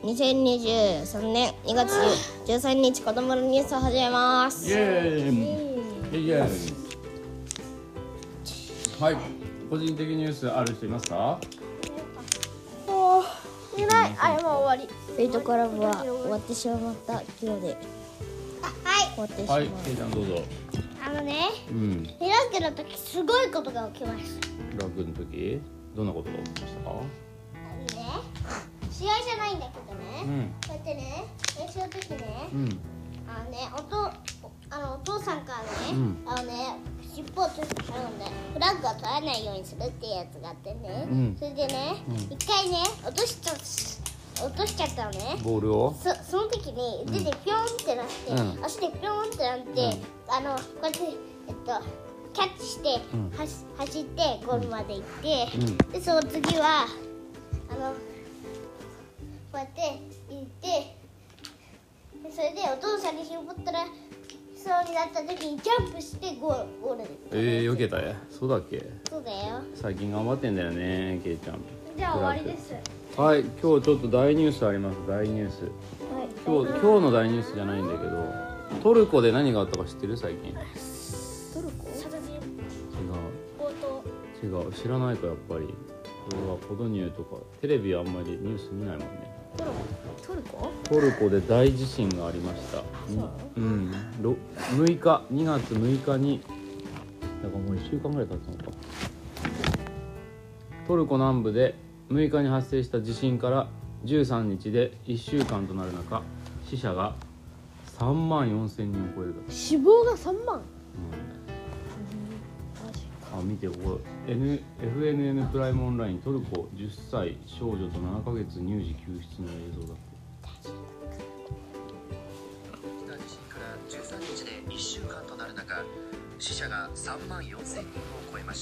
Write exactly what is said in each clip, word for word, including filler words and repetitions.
にせんにじゅうさんねんにがつじゅうさんにち子供のニュースを始めます。 イエーイイエーイ。はい、個人的ニュースある人いますか？ おー、いない。あ、もう終わり。フェイトクラブは終わってしまった今日で。あ、はい。終わってしまう。 はい、ケイちゃんどうぞ。 あのね、うん。ミラクルの時すごいことが起きました。 ミラクルの時、どんなことが起きましたか？ あのね、試合じゃないんだけどね。うん、こうやってね、練習の時ね、うん、あのね、おとあのお父さんからね、うん、あのね、尻尾をつけてあるんで、フラッグを取らないようにするっていうやつがあってね、うん、それでね、うん、一回ね、落としちゃ落としちゃったのね。 ボールを。 そその時に腕でピョンってなって、うん、足でピョンってなって、うん、あのこうやってえっとキャッチして、うん、はし走ってゴールまで行って、うん、でその次はあのこうやって行って、でそれでお父さんに絞ったらそうになった時にジャンプしてゴールゴールで。 えー、避けたや。そうだっけ？ そうだよ。 最近頑張ってんだよね、ケイちゃん。 じゃあ終わりです。 はい、今日ちょっと大ニュースあります。大ニュース、はい、今日今日の大ニュースじゃないんだけど、トルコで何があったか知ってる？最近。トルコ？殺人。 違う。違う、知らないか。やっぱりこれはポドニューとかテレビあんまりニュース見ないもんね。 トルコ？トルコ？ トルコで大地震がありました。うん、むいかにがつむいかに、だからもういっしゅうかんぐらい経つのか。トルコ南部でむいかに発生した地震からじゅうさんにちでいっしゅうかんとなる中、死者がさんまんよんせんにんを超える。 死亡がさんまん、うん、 あ、見てここ N エフエヌエヌ プライムオンライン、トルコじゅっさい少女とななかげつ乳児救出の映像だって。 地震からじゅうさんにちでいっしゅうかんとなる中、死者がさんまんよんせんにんを超えました。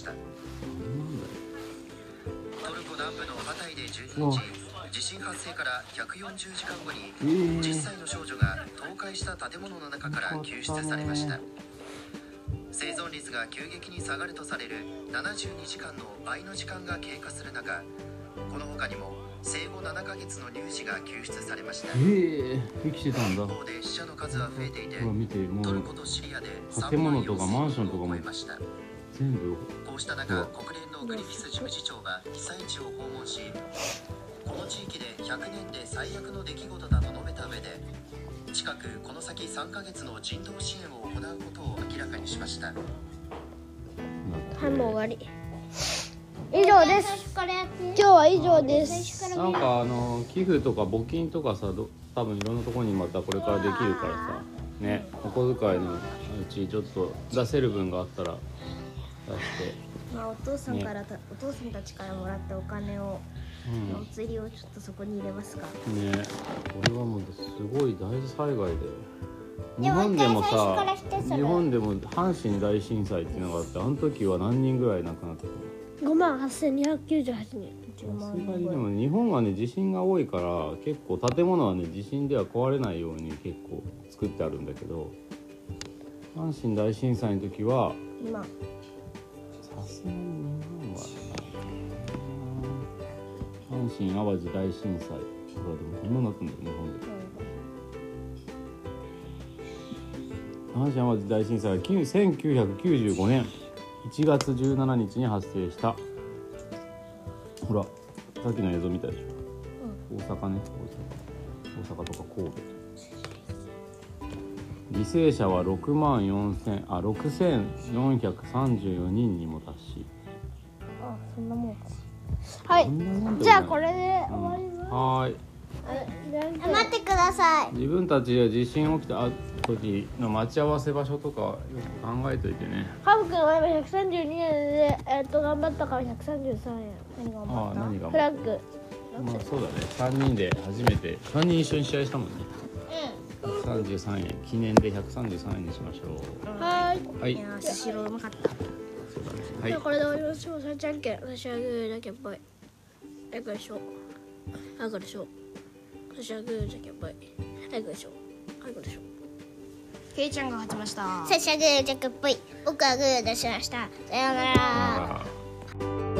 トルコ南部のハタイでじゅうににち、地震発生からひゃくよんじゅうじかんごにじゅっさいの少女が倒壊した建物の中から救出されました。生存率が急激に下がるとされるななじゅうにじかんの倍の時間が経過する中、この他にも生後ななかげつの乳児が救出されました。 えー、生きてたんだ。 一方で死者の数は増えていて、 見てもうトルコとシリアで建物とかマンションとかも全部。 こうした中、国連のグリフィス事務次長は被災地を訪問し、この地域でひゃくねんで最悪の出来事だと述べた上で、近くこの先さんかげつの人道支援を行うことを明らかにしました。 はい、もう終わり。以上です。今日は以上です。 なんかあの寄付とか募金とかさ、ど多分いろんなところにまたこれからできるからさね、お小遣いのうちちょっと出せる分があったら出して、 まあ、お父さんから、ね、お父さんたちからもらったお金を、うん、お釣りをちょっとそこに入れますかね。 これはもうすごい大災害で、日本でもさ、日本でも阪神大震災っていうのがあって、あの時は何人ぐらい亡くなったの？ ごまんはっせんにひゃくきゅうじゅうはちにん。 さすがにでも日本はね、地震が多いから結構建物はね、地震では壊れないように結構作ってあるんだけど、阪神大震災の時は今さすがに日本は阪神・淡路大震災ほら、でもこんなになったんだよ、日本で。阪神・淡路大震災はせんきゅうひゃくきゅうじゅうごねんいちがつじゅうしちにちに発生した。ほら、さっきの映像見たでしょ、うん、大阪ね、大阪、大阪とか神戸。犠牲者はろくまんよんせん、あ、ろくせんよんひゃくさんじゅうよにんにも達し、 あ、そんなもんかな。はい、じゃあこれで終わります。 うん、はーい。 待ってください。 自分たちで地震起きた時の待ち合わせ場所とかよく考えといてね。 ハブ君は今ひゃくさんじゅうにえんで、えー、っと頑張ったからひゃくさんじゅうさんえん。何頑張った？ああ、何頑張った？フラッグ。 まあそうだね。さんにんで初めてさんにん一緒に試合したもんね。うん。ひゃくさんじゅうさんえん記念でひゃくさんじゅうさんえんにしましょう。 はい。 はい。 いやー、スシローうまかった。そうだね。はい。じゃあこれで終わりましょう。さんじゃんけん。私はグーだけっぽい。あいこでしょ。あいこでしょ。私はグーじゃけっぽい。あいこでしょ。あいこでしょ。ケイちゃんが勝ちました。私はグーじゃけっぽい。僕はグー出しました。さようなら。